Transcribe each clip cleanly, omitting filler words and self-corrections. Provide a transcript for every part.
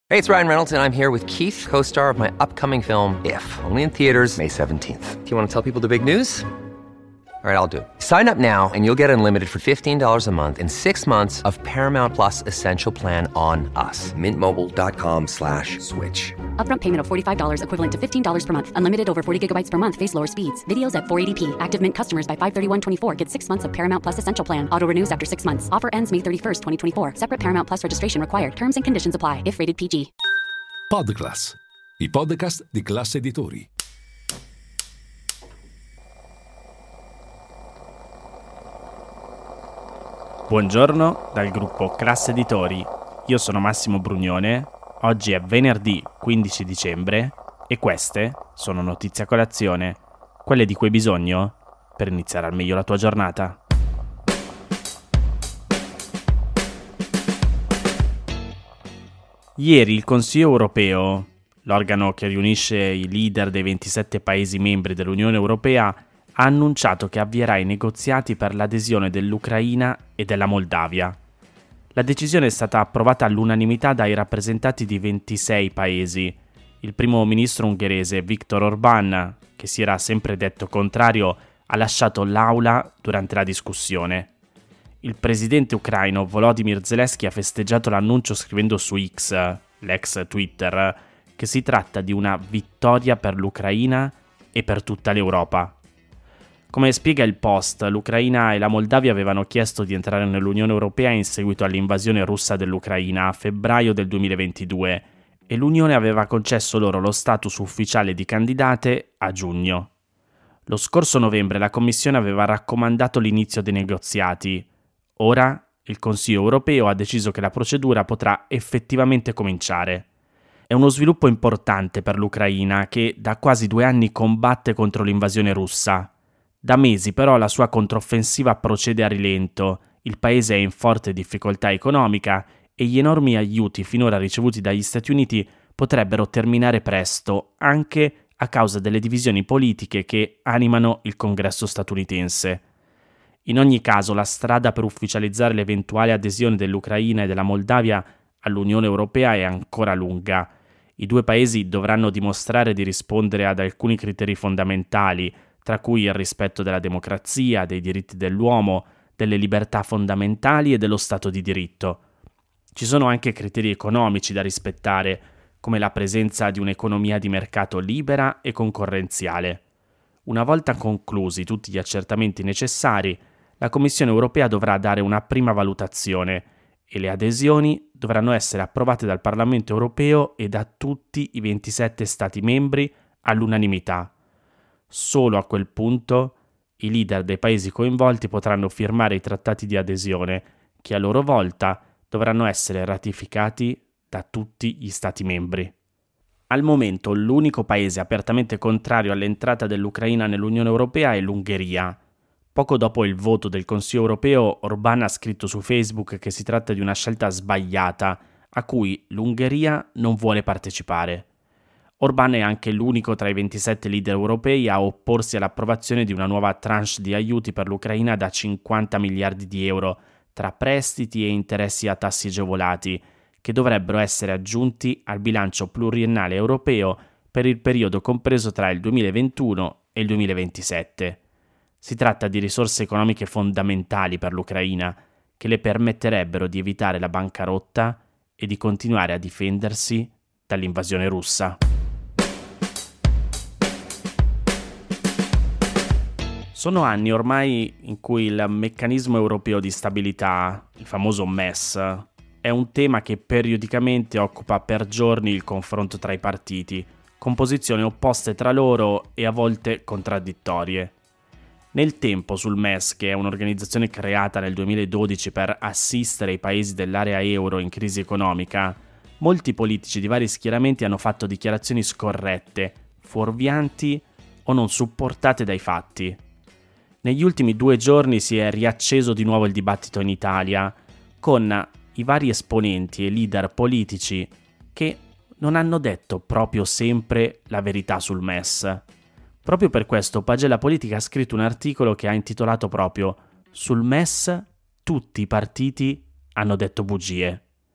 Hey, it's Ryan Reynolds, and I'm here with Keith, co-star of my upcoming film, If, only in theaters May 17th. Do you want to tell people the big news? All right, I'll do it. Sign up now and you'll get unlimited for $15 a month and 6 months of Paramount Plus Essential Plan on us. MintMobile.com/switch. Upfront payment of $45 equivalent to $15 per month. Unlimited over 40 gigabytes per month. Face lower speeds. Videos at 480p. Active Mint customers by 531.24 get 6 months of Paramount Plus Essential Plan. Auto renews after 6 months. Offer ends May 31st, 2024. Separate Paramount Plus registration required. Terms and conditions apply if rated PG. Podclass, i podcast di Classe Editori. Buongiorno dal gruppo Classe Editori, io sono Massimo Brugnone, oggi è venerdì 15 dicembre e queste sono notizie a colazione, quelle di cui hai bisogno per iniziare al meglio la tua giornata. Ieri il Consiglio europeo, l'organo che riunisce i leader dei 27 Paesi membri dell'Unione Europea, ha annunciato che avvierà i negoziati per l'adesione dell'Ucraina e della Moldavia. La decisione è stata approvata all'unanimità dai rappresentanti di 26 paesi. Il primo ministro ungherese Viktor Orbán, che si era sempre detto contrario, ha lasciato l'aula durante la discussione. Il presidente ucraino Volodymyr Zelensky ha festeggiato l'annuncio scrivendo su X, l'ex Twitter, che si tratta di una vittoria per l'Ucraina e per tutta l'Europa. Come spiega il Post, l'Ucraina e la Moldavia avevano chiesto di entrare nell'Unione Europea in seguito all'invasione russa dell'Ucraina a febbraio del 2022 e l'Unione aveva concesso loro lo status ufficiale di candidate a giugno. Lo scorso novembre la Commissione aveva raccomandato l'inizio dei negoziati. Ora il Consiglio europeo ha deciso che la procedura potrà effettivamente cominciare. È uno sviluppo importante per l'Ucraina che da quasi 2 anni combatte contro l'invasione russa. Da mesi però la sua controffensiva procede a rilento, il paese è in forte difficoltà economica e gli enormi aiuti finora ricevuti dagli Stati Uniti potrebbero terminare presto, anche a causa delle divisioni politiche che animano il Congresso statunitense. In ogni caso la strada per ufficializzare l'eventuale adesione dell'Ucraina e della Moldavia all'Unione Europea è ancora lunga. I due paesi dovranno dimostrare di rispondere ad alcuni criteri fondamentali, tra cui il rispetto della democrazia, dei diritti dell'uomo, delle libertà fondamentali e dello Stato di diritto. Ci sono anche criteri economici da rispettare, come la presenza di un'economia di mercato libera e concorrenziale. Una volta conclusi tutti gli accertamenti necessari, la Commissione europea dovrà dare una prima valutazione e le adesioni dovranno essere approvate dal Parlamento europeo e da tutti i 27 Stati membri all'unanimità. Solo a quel punto i leader dei paesi coinvolti potranno firmare i trattati di adesione, che a loro volta dovranno essere ratificati da tutti gli Stati membri. Al momento l'unico paese apertamente contrario all'entrata dell'Ucraina nell'Unione Europea è l'Ungheria. Poco dopo il voto del Consiglio europeo, Orbán ha scritto su Facebook che si tratta di una scelta sbagliata, a cui l'Ungheria non vuole partecipare. Orbán è anche l'unico tra i 27 leader europei a opporsi all'approvazione di una nuova tranche di aiuti per l'Ucraina da 50 miliardi di euro, tra prestiti e interessi a tassi agevolati, che dovrebbero essere aggiunti al bilancio pluriennale europeo per il periodo compreso tra il 2021 e il 2027. Si tratta di risorse economiche fondamentali per l'Ucraina, che le permetterebbero di evitare la bancarotta e di continuare a difendersi dall'invasione russa. Sono anni ormai in cui il meccanismo europeo di stabilità, il famoso MES, è un tema che periodicamente occupa per giorni il confronto tra i partiti, con posizioni opposte tra loro e a volte contraddittorie. Nel tempo sul MES, che è un'organizzazione creata nel 2012 per assistere i paesi dell'area euro in crisi economica, molti politici di vari schieramenti hanno fatto dichiarazioni scorrette, fuorvianti o non supportate dai fatti. Negli ultimi 2 giorni si è riacceso di nuovo il dibattito in Italia, con i vari esponenti e leader politici che non hanno detto proprio sempre la verità sul MES. Proprio per questo Pagella Politica ha scritto un articolo che ha intitolato proprio "Sul MES tutti i partiti hanno detto bugie".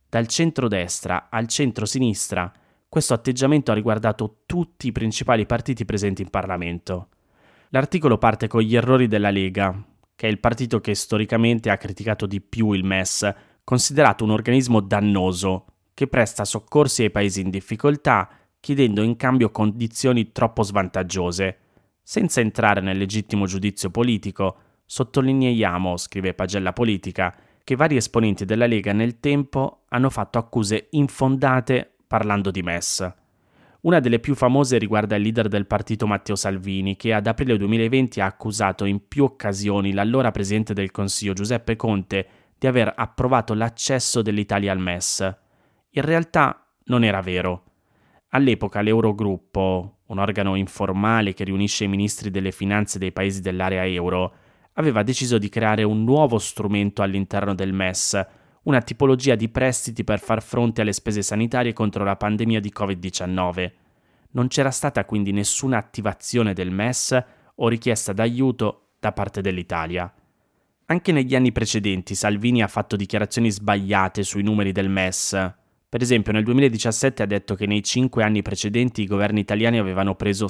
Dal centrodestra al centrosinistra, questo atteggiamento ha riguardato tutti i principali partiti presenti in Parlamento. L'articolo parte con gli errori della Lega, che è il partito che storicamente ha criticato di più il MES, considerato un organismo dannoso, che presta soccorsi ai paesi in difficoltà, chiedendo in cambio condizioni troppo svantaggiose. Senza entrare nel legittimo giudizio politico, sottolineiamo, scrive Pagella Politica, che vari esponenti della Lega nel tempo hanno fatto accuse infondate parlando di MES. Una delle più famose riguarda il leader del partito Matteo Salvini, che ad aprile 2020 ha accusato in più occasioni l'allora presidente del Consiglio Giuseppe Conte di aver approvato l'accesso dell'Italia al MES. In realtà non era vero. All'epoca l'Eurogruppo, un organo informale che riunisce i ministri delle finanze dei paesi dell'area euro, aveva deciso di creare un nuovo strumento all'interno del MES, una tipologia di prestiti per far fronte alle spese sanitarie contro la pandemia di Covid-19. Non c'era stata quindi nessuna attivazione del MES o richiesta d'aiuto da parte dell'Italia. Anche negli anni precedenti Salvini ha fatto dichiarazioni sbagliate sui numeri del MES. Per esempio nel 2017 ha detto che nei 5 anni precedenti i governi italiani avevano preso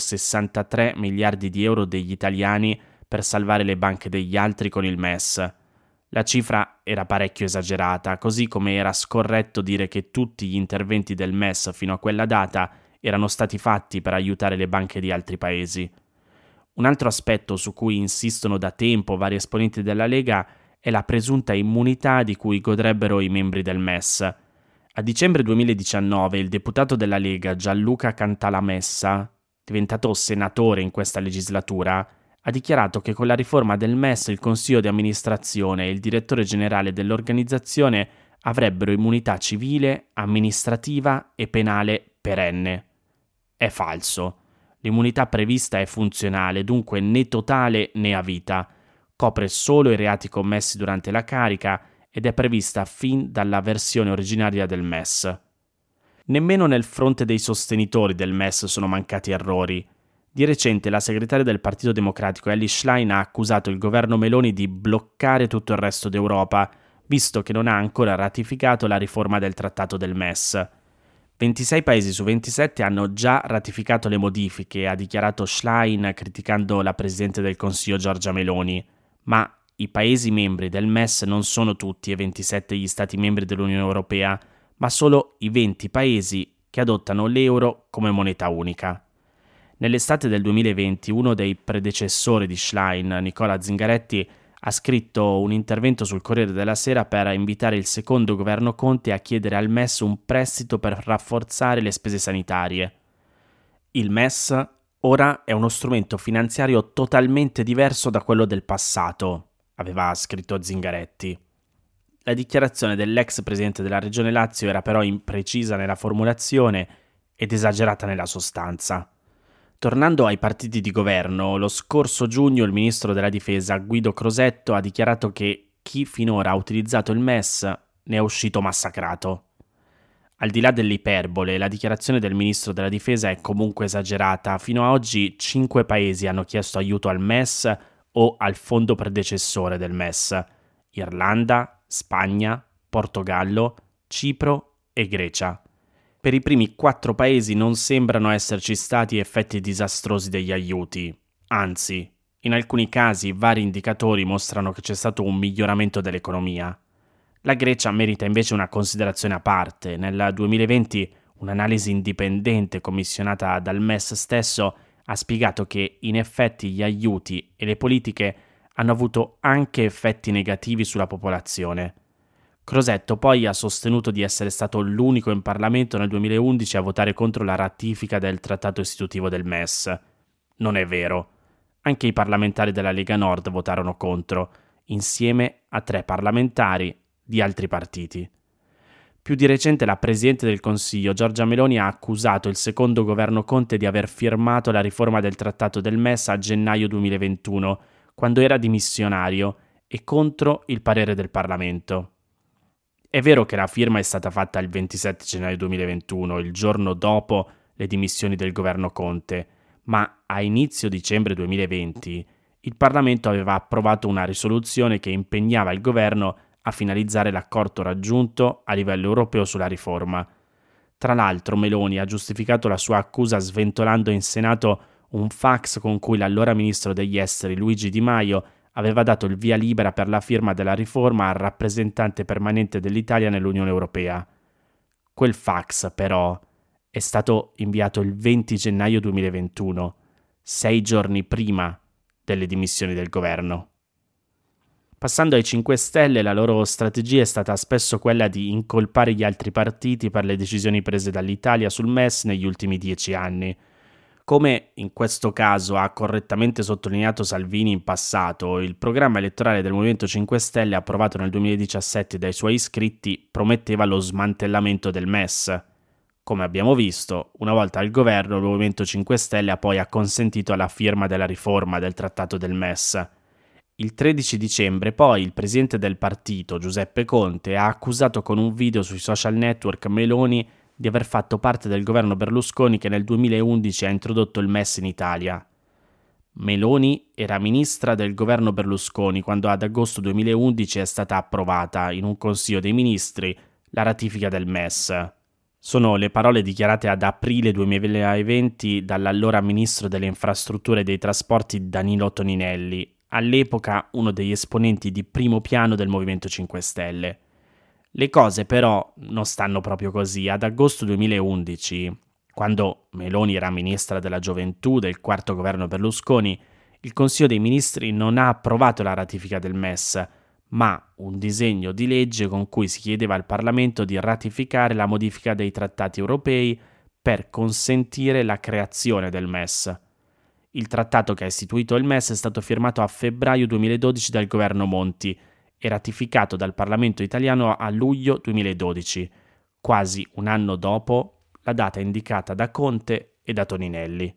63 miliardi di euro degli italiani per salvare le banche degli altri con il MES. La cifra era parecchio esagerata, così come era scorretto dire che tutti gli interventi del MES fino a quella data erano stati fatti per aiutare le banche di altri paesi. Un altro aspetto su cui insistono da tempo vari esponenti della Lega è la presunta immunità di cui godrebbero i membri del MES. A dicembre 2019 il deputato della Lega Gianluca Cantalamessa, diventato senatore in questa legislatura, ha dichiarato che con la riforma del MES il consiglio di amministrazione e il direttore generale dell'organizzazione avrebbero immunità civile, amministrativa e penale perenne. È falso. L'immunità prevista è funzionale, dunque né totale né a vita. Copre solo i reati commessi durante la carica ed è prevista fin dalla versione originaria del MES. Nemmeno nel fronte dei sostenitori del MES sono mancati errori. Di recente la segretaria del Partito Democratico Elly Schlein ha accusato il governo Meloni di bloccare tutto il resto d'Europa, visto che non ha ancora ratificato la riforma del trattato del MES. 26 paesi su 27 hanno già ratificato le modifiche, ha dichiarato Schlein criticando la Presidente del Consiglio Giorgia Meloni, ma i paesi membri del MES non sono tutti e 27 gli stati membri dell'Unione Europea, ma solo i 20 paesi che adottano l'euro come moneta unica. Nell'estate del 2020 uno dei predecessori di Schlein, Nicola Zingaretti, ha scritto un intervento sul Corriere della Sera per invitare il secondo governo Conte a chiedere al MES un prestito per rafforzare le spese sanitarie. Il MES ora è uno strumento finanziario totalmente diverso da quello del passato, aveva scritto Zingaretti. La dichiarazione dell'ex presidente della Regione Lazio era però imprecisa nella formulazione ed esagerata nella sostanza. Tornando ai partiti di governo, lo scorso giugno il ministro della Difesa Guido Crosetto ha dichiarato che chi finora ha utilizzato il MES ne è uscito massacrato. Al di là dell'iperbole, la dichiarazione del ministro della Difesa è comunque esagerata. Fino a oggi 5 paesi hanno chiesto aiuto al MES o al fondo predecessore del MES: Irlanda, Spagna, Portogallo, Cipro e Grecia. Per i primi 4 paesi non sembrano esserci stati effetti disastrosi degli aiuti, anzi, in alcuni casi vari indicatori mostrano che c'è stato un miglioramento dell'economia. La Grecia merita invece una considerazione a parte. Nel 2020 un'analisi indipendente commissionata dal MES stesso ha spiegato che in effetti gli aiuti e le politiche hanno avuto anche effetti negativi sulla popolazione. Crosetto poi ha sostenuto di essere stato l'unico in Parlamento nel 2011 a votare contro la ratifica del trattato istitutivo del MES. Non è vero. Anche i parlamentari della Lega Nord votarono contro, insieme a 3 parlamentari di altri partiti. Più di recente la Presidente del Consiglio Giorgia Meloni ha accusato il secondo governo Conte di aver firmato la riforma del trattato del MES a gennaio 2021, quando era dimissionario e contro il parere del Parlamento. È vero che la firma è stata fatta il 27 gennaio 2021, il giorno dopo le dimissioni del governo Conte, ma a inizio dicembre 2020 il Parlamento aveva approvato una risoluzione che impegnava il governo a finalizzare l'accordo raggiunto a livello europeo sulla riforma. Tra l'altro Meloni ha giustificato la sua accusa sventolando in Senato un fax con cui l'allora ministro degli esteri Luigi Di Maio aveva dato il via libera per la firma della riforma al rappresentante permanente dell'Italia nell'Unione Europea. Quel fax, però, è stato inviato il 20 gennaio 2021, 6 giorni prima delle dimissioni del governo. Passando ai 5 Stelle, la loro strategia è stata spesso quella di incolpare gli altri partiti per le decisioni prese dall'Italia sul MES negli ultimi 10 anni. Come in questo caso ha correttamente sottolineato Salvini in passato, il programma elettorale del Movimento 5 Stelle approvato nel 2017 dai suoi iscritti prometteva lo smantellamento del MES. Come abbiamo visto, una volta al governo il Movimento 5 Stelle ha poi acconsentito alla firma della riforma del trattato del MES. Il 13 dicembre poi il presidente del partito, Giuseppe Conte, ha accusato con un video sui social network Meloni di aver fatto parte del governo Berlusconi che nel 2011 ha introdotto il MES in Italia. Meloni era ministra del governo Berlusconi quando ad agosto 2011 è stata approvata in un Consiglio dei Ministri la ratifica del MES. Sono le parole dichiarate ad aprile 2020 dall'allora ministro delle infrastrutture e dei trasporti Danilo Toninelli, all'epoca uno degli esponenti di primo piano del Movimento 5 Stelle. Le cose però non stanno proprio così. Ad agosto 2011, quando Meloni era ministra della gioventù del quarto governo Berlusconi, il Consiglio dei Ministri non ha approvato la ratifica del MES, ma un disegno di legge con cui si chiedeva al Parlamento di ratificare la modifica dei trattati europei per consentire la creazione del MES. Il trattato che ha istituito il MES è stato firmato a febbraio 2012 dal governo Monti e ratificato dal Parlamento italiano a luglio 2012, quasi un anno dopo la data indicata da Conte e da Toninelli.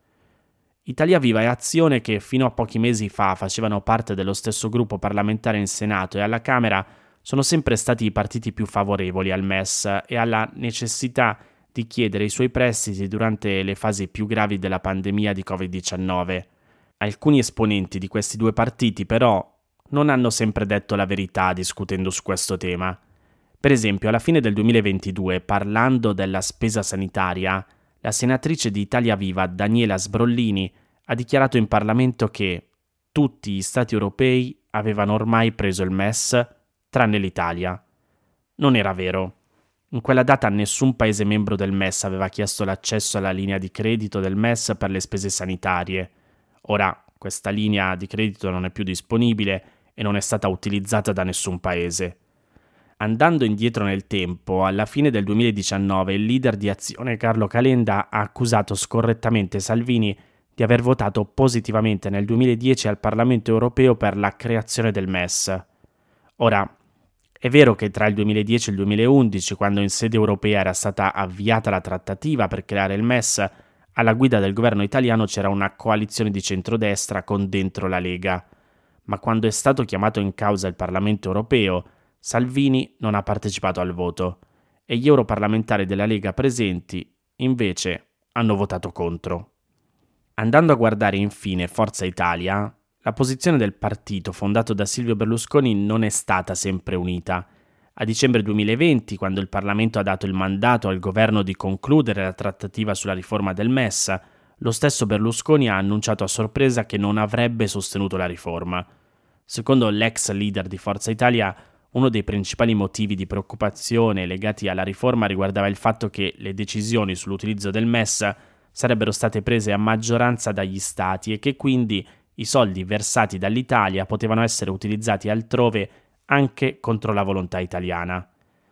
Italia Viva e Azione, che fino a pochi mesi fa facevano parte dello stesso gruppo parlamentare in Senato e alla Camera, sono sempre stati i partiti più favorevoli al MES e alla necessità di chiedere i suoi prestiti durante le fasi più gravi della pandemia di Covid-19. Alcuni esponenti di questi due partiti, però, non hanno sempre detto la verità discutendo su questo tema. Per esempio, alla fine del 2022, parlando della spesa sanitaria, la senatrice di Italia Viva, Daniela Sbrollini, ha dichiarato in Parlamento che tutti gli stati europei avevano ormai preso il MES, tranne l'Italia. Non era vero. In quella data nessun paese membro del MES aveva chiesto l'accesso alla linea di credito del MES per le spese sanitarie. Ora, questa linea di credito non è più disponibile e non è stata utilizzata da nessun paese. Andando indietro nel tempo, alla fine del 2019 il leader di Azione Carlo Calenda ha accusato scorrettamente Salvini di aver votato positivamente nel 2010 al Parlamento europeo per la creazione del MES. Ora, è vero che tra il 2010 e il 2011, quando in sede europea era stata avviata la trattativa per creare il MES, alla guida del governo italiano c'era una coalizione di centrodestra con dentro la Lega. Ma quando è stato chiamato in causa il Parlamento europeo, Salvini non ha partecipato al voto e gli europarlamentari della Lega presenti, invece, hanno votato contro. Andando a guardare infine Forza Italia, la posizione del partito fondato da Silvio Berlusconi non è stata sempre unita. A dicembre 2020, quando il Parlamento ha dato il mandato al governo di concludere la trattativa sulla riforma del MES, lo stesso Berlusconi ha annunciato a sorpresa che non avrebbe sostenuto la riforma. Secondo l'ex leader di Forza Italia, uno dei principali motivi di preoccupazione legati alla riforma riguardava il fatto che le decisioni sull'utilizzo del MES sarebbero state prese a maggioranza dagli stati e che quindi i soldi versati dall'Italia potevano essere utilizzati altrove anche contro la volontà italiana.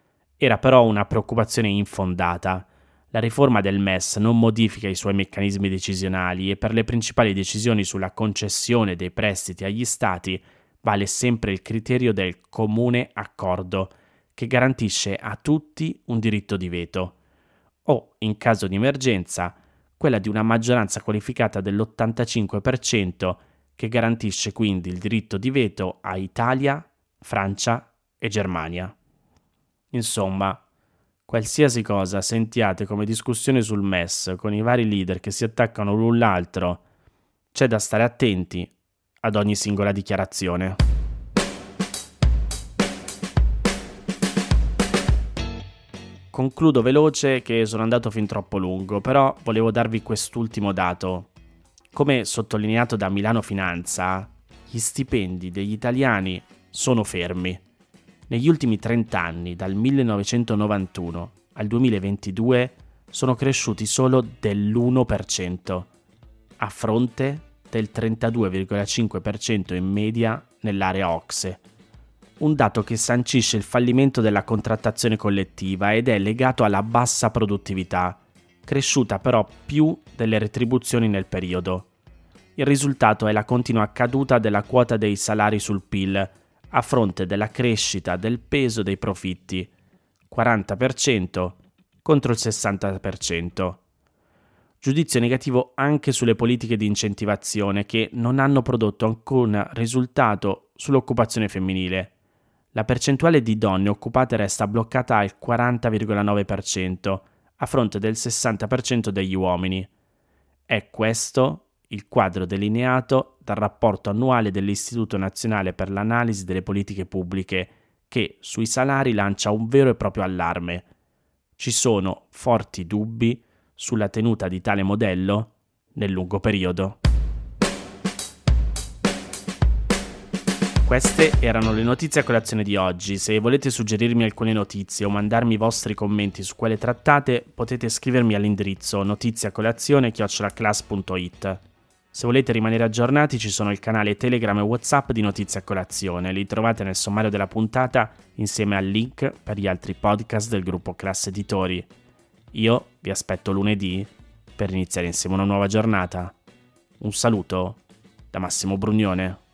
Era però una preoccupazione infondata. La riforma del MES non modifica i suoi meccanismi decisionali e per le principali decisioni sulla concessione dei prestiti agli stati vale sempre il criterio del comune accordo, che garantisce a tutti un diritto di veto, o, in caso di emergenza, quella di una maggioranza qualificata dell'85%, che garantisce quindi il diritto di veto a Italia, Francia e Germania. Insomma, qualsiasi cosa sentiate come discussione sul MES con i vari leader che si attaccano l'un l'altro, c'è da stare attenti ad ogni singola dichiarazione. concludo veloce che sono andato fin troppo lungo, però volevo darvi quest'ultimo dato. Come sottolineato da Milano Finanza, gli stipendi degli italiani sono fermi. Negli ultimi 30 anni, dal 1991 al 2022, sono cresciuti solo dell'1%, a fronte del 32,5% in media nell'area OCSE. Un dato che sancisce il fallimento della contrattazione collettiva ed è legato alla bassa produttività, cresciuta però più delle retribuzioni nel periodo. Il risultato è la continua caduta della quota dei salari sul PIL, a fronte della crescita del peso dei profitti, 40% contro il 60%. Giudizio negativo anche sulle politiche di incentivazione che non hanno prodotto alcun risultato sull'occupazione femminile. La percentuale di donne occupate resta bloccata al 40,9% a fronte del 60% degli uomini. È questo il quadro delineato dal rapporto annuale dell'Istituto Nazionale per l'Analisi delle Politiche Pubbliche che sui salari lancia un vero e proprio allarme. Ci sono forti dubbi sulla tenuta di tale modello nel lungo periodo. Queste erano le notizie a colazione di oggi. Se volete suggerirmi alcune notizie o mandarmi i vostri commenti su quelle trattate, potete scrivermi all'indirizzo notiziacolazione@class.it. Se volete rimanere aggiornati ci sono il canale Telegram e WhatsApp di Notizie a Colazione, li trovate nel sommario della puntata insieme al link per gli altri podcast del gruppo Class Editori. Io vi aspetto lunedì per iniziare insieme una nuova giornata. Un saluto da Massimo Brugnone.